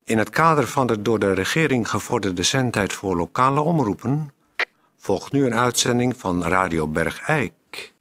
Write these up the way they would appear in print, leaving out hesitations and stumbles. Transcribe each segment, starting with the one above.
In het kader van de door de regering gevorderde zendtijd voor lokale omroepen volgt nu een uitzending van Radio Bergijk.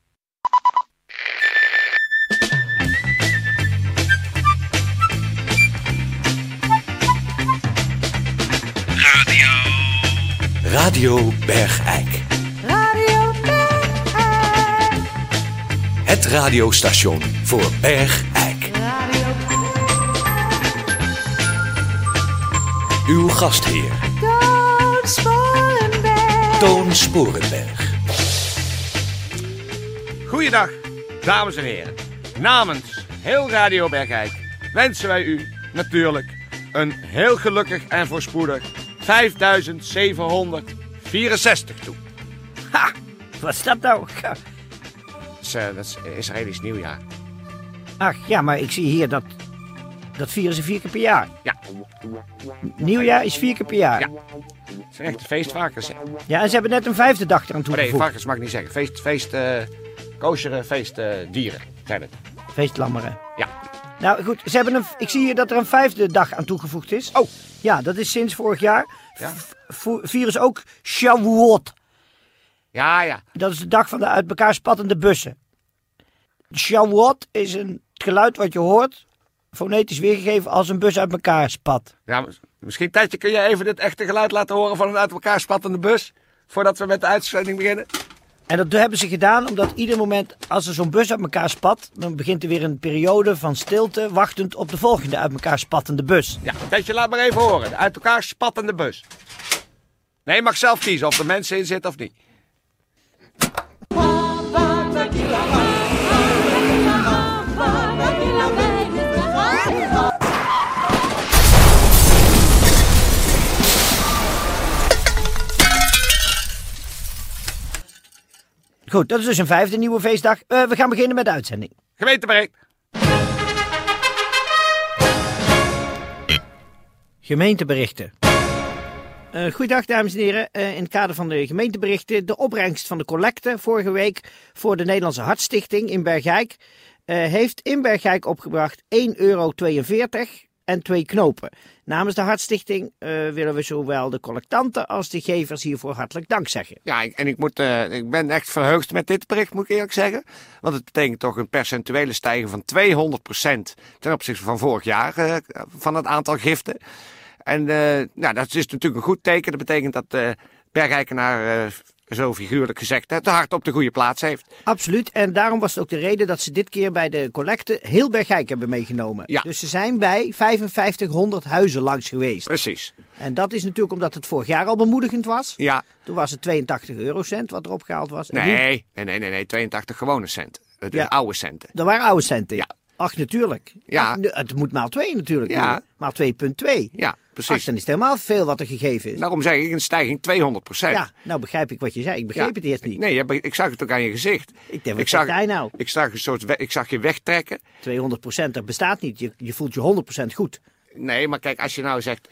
Radio Bergijk. Radio Bergijk. Het radiostation voor Bergijk. Radio Uw gastheer, Toon Sporenberg. Toon Sporenberg. Goeiedag, dames en heren. Namens heel Radio Bergijk wensen wij u natuurlijk een heel gelukkig en voorspoedig 5764 toe. Ha! Wat is dat nou? Dat is Israëlisch nieuwjaar. Ach ja, maar ik zie hier dat vieren ze 4 keer per jaar. Ja. Nieuwjaar is 4 keer per jaar. Ja. Het zijn echt feestvarkens. Ja, en ze hebben net een 5e dag eraan Oh nee, toegevoegd. varkens mag ik niet zeggen. Kosheren feestdieren zijn het. Feestlammeren. Ja. Nou goed, ik zie hier dat er een 5e dag aan toegevoegd is. Oh. Ja, dat is sinds vorig jaar. Ja. Vieren ze ook Shavuot. Ja. Dat is de dag van de uit elkaar spattende bussen. Shavuot is het geluid wat je hoort, fonetisch weergegeven als een bus uit elkaar spat. Ja, misschien Tijdje, kun je even dit echte geluid laten horen van een uit elkaar spattende bus? Voordat we met de uitzending beginnen. En dat hebben ze gedaan omdat ieder moment als er zo'n bus uit elkaar spat, dan begint er weer een periode van stilte, wachtend op de volgende uit elkaar spattende bus. Ja, Tijdje, laat maar even horen. De uit elkaar spattende bus. Nee, je mag zelf kiezen of er mensen in zitten of niet. Goed, dat is dus een 5e nieuwe feestdag. We gaan beginnen met de uitzending. Gemeentebericht. Gemeenteberichten. Goeiedag dames en heren. In het kader van de gemeenteberichten, de opbrengst van de collecte vorige week voor de Nederlandse Hartstichting in Bergijk heeft in Bergijk opgebracht €1,42 en 2 knopen. Namens de Hartstichting willen we zowel de collectanten als de gevers hiervoor hartelijk dank zeggen. Ja, en ik ben echt verheugd met dit bericht, moet ik eerlijk zeggen. Want het betekent toch een percentuele stijging van 200% ten opzichte van vorig jaar van het aantal giften. En dat is natuurlijk een goed teken. Dat betekent dat Bergijkenaar, zo figuurlijk gezegd, het hart op de goede plaats heeft. Absoluut. En daarom was het ook de reden dat ze dit keer bij de collecte heel Bergijk hebben meegenomen. Ja. Dus ze zijn bij 5500 huizen langs geweest. Precies. En dat is natuurlijk omdat het vorig jaar al bemoedigend was. Ja. Toen was het 82 eurocent wat er opgehaald was. En nu- Nee, 82 gewone centen. Het is Ja. oude centen. Dat waren oude centen. Ja. Ach, natuurlijk. Ja. Ach, het moet maal 2 natuurlijk. Ja. Maal 2,2. Ja, Ach, precies. dan is het helemaal veel wat er gegeven is. Daarom zeg ik een stijging 200%. Ja, nou begrijp ik wat je zei. Ik begreep het eerst niet. Nee, ik zag het ook aan je gezicht. Ik denk, wat zegt hij nou? Ik zag je wegtrekken. 200%, dat bestaat niet. Je voelt je 100% goed. Nee, maar kijk, als je nou zegt,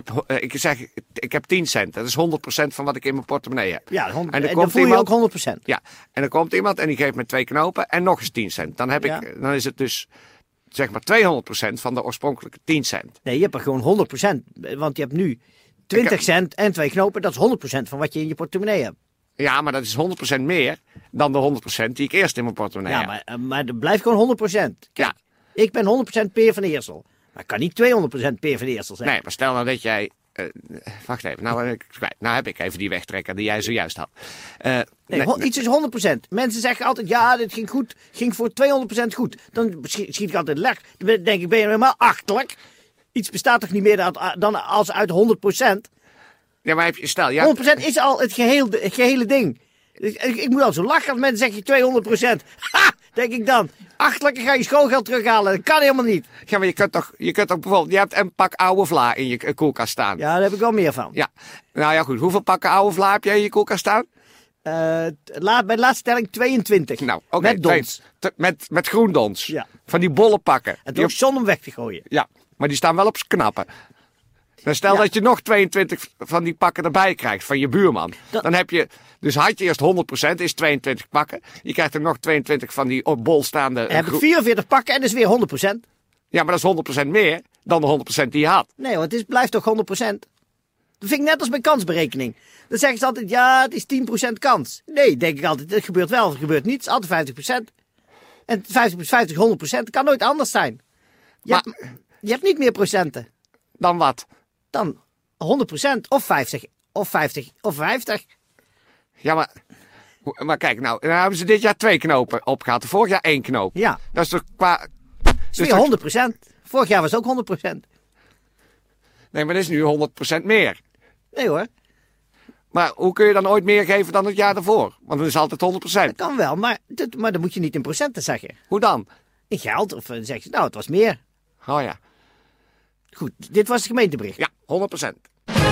ik heb 10 cent. Dat is 100% van wat ik in mijn portemonnee heb. Ja, En en dan komt voel je iemand- ook 100%. Ja, en dan komt iemand en die geeft me 2 knopen en nog eens 10 cent. Dan Ja. is het dus, zeg maar, 200% van de oorspronkelijke 10 cent. Nee, je hebt er gewoon 100%. Want je hebt nu 20 cent en 2 knopen. Dat is 100% van wat je in je portemonnee hebt. Ja, maar dat is 100% meer dan de 100% die ik eerst in mijn portemonnee heb. Ja, maar er blijft gewoon 100%. Kijk, ik ben 100% Peer van Eersel. Maar ik kan niet 200% Peer van Eersel zijn. Nee, maar stel nou dat jij... wacht even, nou heb ik even die wegtrekker die jij zojuist had. Iets is 100%. Mensen zeggen altijd, ja, dit ging goed. Ging voor 200% goed. Dan schiet ik altijd lek. Dan denk ik, ben je helemaal achterlijk? Iets bestaat toch niet meer dan als uit 100%? Ja, maar stel... Ja, 100% is al het gehele ding. Ik moet al zo lachen als mensen zeggen 200%. Ha! Denk ik dan. Achterlijk, ga je schoolgeld terughalen. Dat kan helemaal niet. ja, maar je kunt toch bijvoorbeeld... Je hebt een pak oude vla in je koelkast staan. Ja, daar heb ik wel meer van. Ja. Nou ja, goed. Hoeveel pakken oude vla heb jij in je koelkast staan? Bij de laatste telling 22. Nou, oké. Met dons. Met groendons. Ja. Van die bolle pakken. Het is ook zonde om weg te gooien. Ja, maar die staan wel op z'n knappen. Dan stel dat je nog 22 van die pakken erbij krijgt van je buurman. Dan heb je... Dus had je eerst 100%, is 22 pakken. Je krijgt er nog 22 van die op bol staande... Dan heb ik 44 pakken en dat is weer 100%. Ja, maar dat is 100% meer dan de 100% die je had. Nee hoor, blijft toch 100%. Dat vind ik net als bij kansberekening. Dan zeggen ze altijd, ja, het is 10% kans. Nee, denk ik altijd, het gebeurt wel of het gebeurt niet. Het is altijd 50%. En 50 100%, het kan nooit anders zijn. Je hebt niet meer procenten Dan wat? dan 100% of 50 of 50 of 50. Ja, maar kijk, nou hebben ze dit jaar 2 knopen opgehaald. Vorig jaar 1 knoop. Ja, Dat is toch qua... het is weer 100%. Vorig jaar was het ook 100%. Nee, maar dat is nu 100% meer. Nee hoor, Maar hoe kun je dan ooit meer geven dan het jaar daarvoor? Want het is altijd 100%. dat kan wel, maar dan moet je niet in procenten zeggen. Hoe dan? In geld, of dan zeg je, nou, het was meer. Oh ja. Goed, dit was het gemeentebericht. Ja, 100%.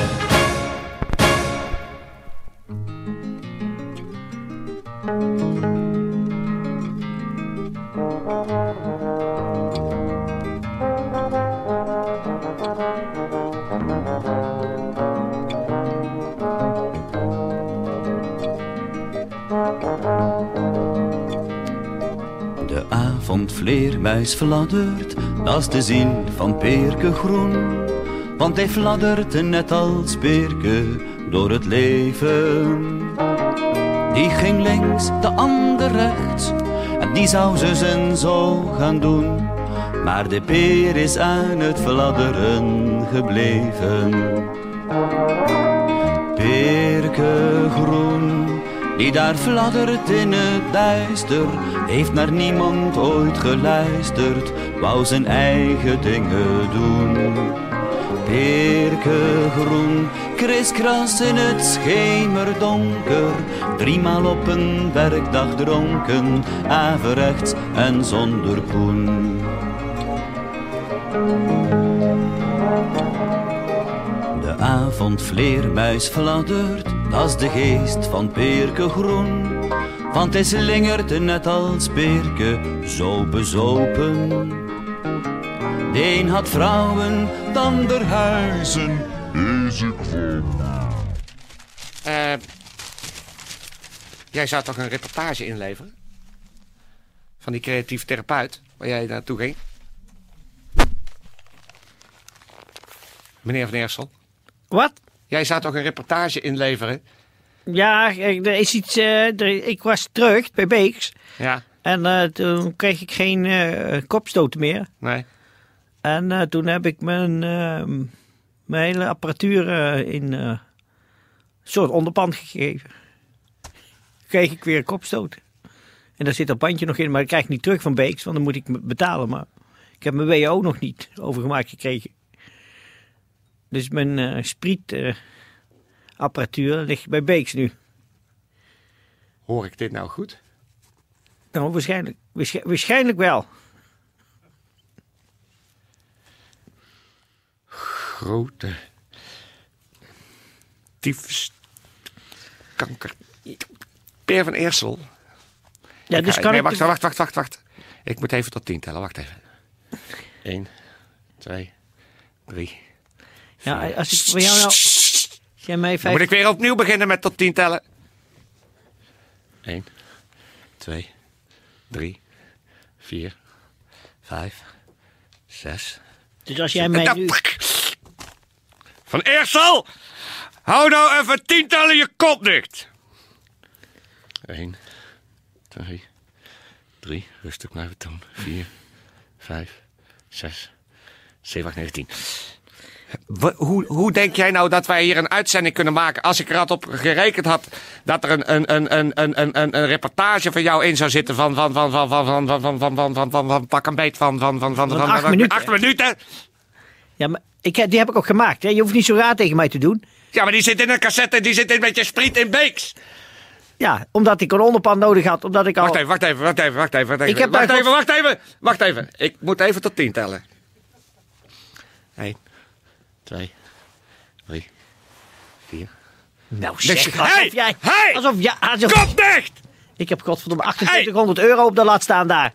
De avondvleermuis fladdert, dat is de zin van Peerke Groen. Want hij fladdert net als Peerke door het leven. Die ging links, de ander rechts, en die zou zus en zo gaan doen. Maar de peer is aan het fladderen gebleven. Peerke Groen, die daar fladdert in het duister, heeft naar niemand ooit geluisterd, wou zijn eigen dingen doen. Peerke Groen, kriskras in het schemerdonker, 3 maal op een werkdag dronken, averechts en zonder poen. De avondvleermuis fladdert, dat is de geest van Peerke Groen. Want hij slingert net als Peerke, zo bezopen. De een had vrouwen, de ander huizen. Jij zou toch een reportage inleveren? Van die creatieve therapeut, waar jij naartoe ging? Meneer Van Eersel, Wat? jij zou toch een reportage inleveren? Ja, er is iets. Ik was terug bij Beeks. Ja, En toen kreeg ik geen kopstoten meer. nee. En toen heb ik mijn hele apparatuur in een soort onderpand gegeven. Kreeg ik weer kopstoten. En daar zit dat bandje nog in, maar dat krijg ik niet terug van Beeks, want dan moet ik betalen. Maar ik heb mijn WO nog niet overgemaakt gekregen. Dus mijn sprietapparatuur ligt bij Beeks nu. Hoor ik dit nou goed? Nou, waarschijnlijk wel. Grote tyfuskanker. Peer Van Eersel. Ja, dus kan nee, ik... wacht. Ik moet even tot 10 tellen, wacht even. 1, 2, 3. Ja, als ik voor jou nou... Als jij mij Dan moet ik weer opnieuw beginnen met tot 10 tellen. 1, 2, 3, 4, 5, 6. Dus als jij mij nu... Van Eersel! Hou nou even 10 tellen je kop dicht! 1, 2, 3, rustig blijven doen. 4, 5, 6, 7, 8, 9, 10. Hoe denk jij nou dat wij hier een uitzending kunnen maken als ik er had op gerekend had dat er een reportage van jou in zou zitten van pak een beet van 8 minuten. 8 minuten? Ja, maar die heb ik ook gemaakt. Hè? Je hoeft niet zo raar tegen mij te doen. Ja, maar die zit in een cassette, die zit in met je spriet in Beeks. Ja, omdat ik een onderpand nodig had. Omdat ik al... Wacht even. Ik heb Wacht even. Ik moet even tot 10 tellen. 1, 2, 3, 4. Nou zeg, Hey! Kop dicht! Ik heb godverdomme 2800 euro op de lat staan daar.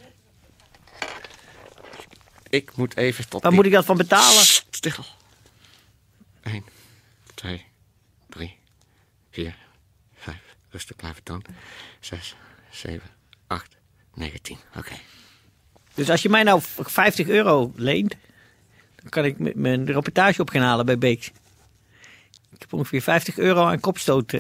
Ik moet even tot Waar moet ik dat van betalen? Stil. 1, 2, 3, 4, 5. Rustig blijven dan. 6, 7, 8, 9, 10. Oké. Dus als je mij nou 50 euro leent, Dan kan ik mijn rapportage op gaan halen bij Beeks. Ik heb ongeveer €50 aan kopstoot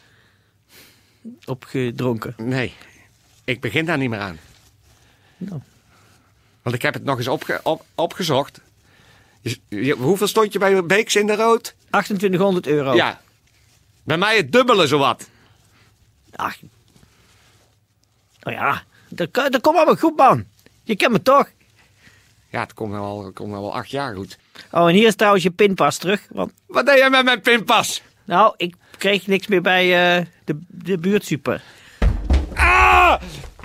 opgedronken. Nee, ik begin daar niet meer aan. Nou. Want ik heb het nog eens opgezocht. Hoeveel stond je bij Beeks in de rood? €2800. Ja. Bij mij het dubbele zowat. Ach. Nou ja, dat komt allemaal goed, man. Je kent me toch? Ja, het komt nou al 8 jaar goed. Oh, en hier is trouwens je pinpas terug. Want, Wat deed jij met mijn pinpas? nou, ik kreeg niks meer bij de buurtsuper. Ah!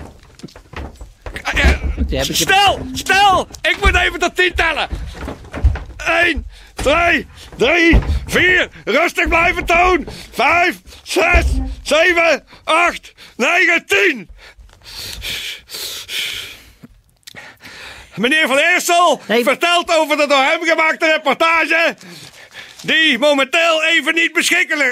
Die heb ik- Stel! Ik moet even tot 10 tellen. 1, 2, 3, 4. Rustig blijven, Toon. 5, 6, 7, 8, 9, 10. Meneer Van Eersel Nee. vertelt over de door hem gemaakte reportage, die momenteel even niet beschikbaar.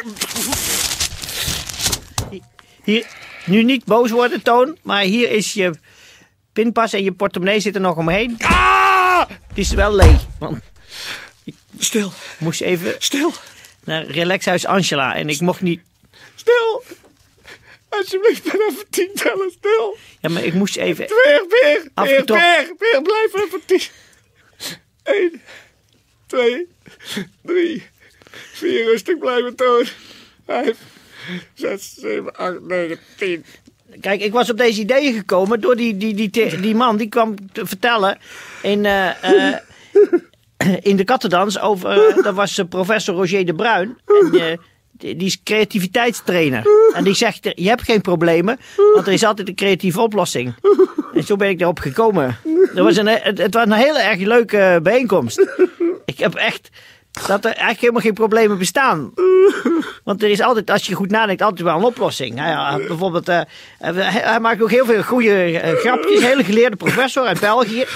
Hier, nu niet boos worden, Toon. Maar hier is je pinpas en je portemonnee zit er nog omheen. Ah! Het is wel leeg. Want Stil, ik moest even stil, naar Relaxhuis Angela. En ik mocht niet... stil. Alsjeblieft, ben even 10 tellen, stil. Ja, maar ik moest even... Peer, Afgetopt. blijf even 10. 1, 2, 3, 4, rustig blijven, Toon. 5, 6, 7, 8, 9, 10. Kijk, ik was op deze ideeën gekomen door die man. Die kwam te vertellen in de kattendans over... dat was professor Roger de Bruin. En, die is creativiteitstrainer. En die zegt, je hebt geen problemen, want er is altijd een creatieve oplossing. En zo ben ik erop gekomen. Het was een hele erg leuke bijeenkomst. Ik heb echt... dat er eigenlijk helemaal geen problemen bestaan. Want er is altijd, als je goed nadenkt, altijd wel een oplossing. Bijvoorbeeld, hij maakt ook heel veel goede grapjes. Een hele geleerde professor uit België.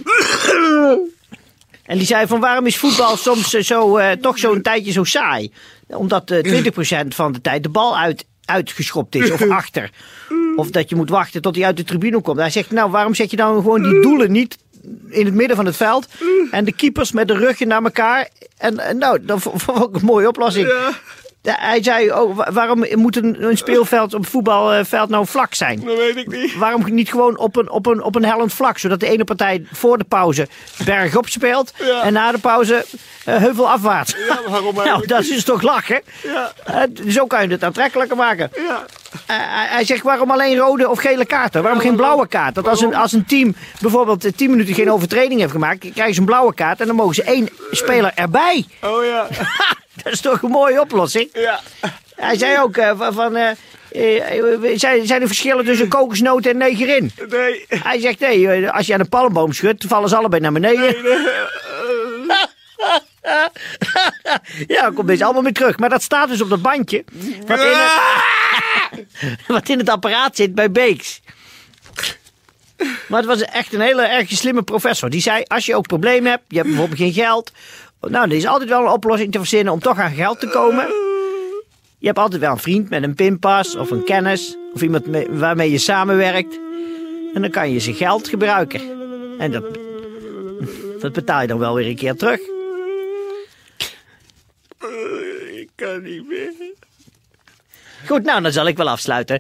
En die zei van, waarom is voetbal soms toch zo'n tijdje zo saai? Omdat 20% van de tijd de bal uitgeschopt is of achter. Of dat je moet wachten tot hij uit de tribune komt. Hij zegt, nou, waarom zet je dan gewoon die doelen niet in het midden van het veld en de keepers met de ruggen naar elkaar? En nou, dat vond ik een mooie oplossing. Ja. Hij zei, waarom moet een speelveld op voetbalveld nou vlak zijn? Dat weet ik niet. Waarom niet gewoon op een hellend vlak, zodat de ene partij voor de pauze bergop speelt en na de pauze heuvelafwaarts. Ja, waarom Nou, dat is toch lachen? Ja. Zo kan je het aantrekkelijker maken. Ja. Hij zegt, waarom alleen rode of gele kaarten? Waarom geen blauwe kaart? Dat als een team bijvoorbeeld 10 minuten geen overtreding heeft gemaakt, krijgen ze een blauwe kaart en dan mogen ze 1 speler erbij. Oh ja. Dat is toch een mooie oplossing? Ja. Hij zei ook zijn er verschillen tussen kokosnoot en negerin? Nee. Hij zegt, nee, als je aan een palmboom schudt, vallen ze allebei naar beneden. Ja, dan komt deze allemaal weer terug. Maar dat staat dus op dat bandje. Wat in het apparaat zit bij Beeks. Maar het was echt een hele erg slimme professor. Die zei, als je ook problemen hebt, je hebt bijvoorbeeld geen geld. Nou, er is altijd wel een oplossing te verzinnen om toch aan geld te komen. Je hebt altijd wel een vriend met een pinpas of een kennis. Of iemand waarmee je samenwerkt. En dan kan je zijn geld gebruiken. En dat betaal je dan wel weer een keer terug. Ik kan niet meer. Goed, nou, dan zal ik wel afsluiten.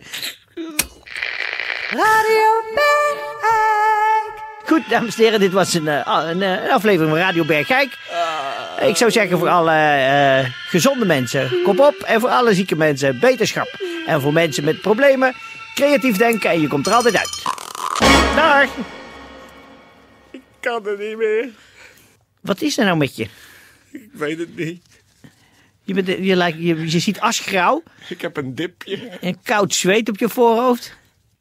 Radio Bergijk. Goed, dames en heren, dit was een aflevering van Radio Bergijk. Ik zou zeggen voor alle gezonde mensen, kop op. En voor alle zieke mensen, beterschap. En voor mensen met problemen, creatief denken en je komt er altijd uit. Dag! Ik kan er niet meer. Wat is er nou met je? Ik weet het niet. Je ziet asgrauw Ik heb een dipje. en koud zweet op je voorhoofd.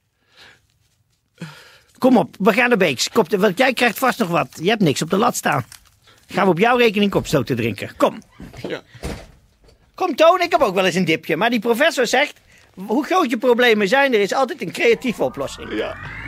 Kom op, we gaan naar Beeks. Want jij krijgt vast nog wat. Je hebt niks op de lat staan. Gaan we op jouw rekening kopstoten drinken. Kom. Ja. Kom Toon, ik heb ook wel eens een dipje. Maar die professor zegt, hoe groot je problemen zijn, er is altijd een creatieve oplossing. Ja.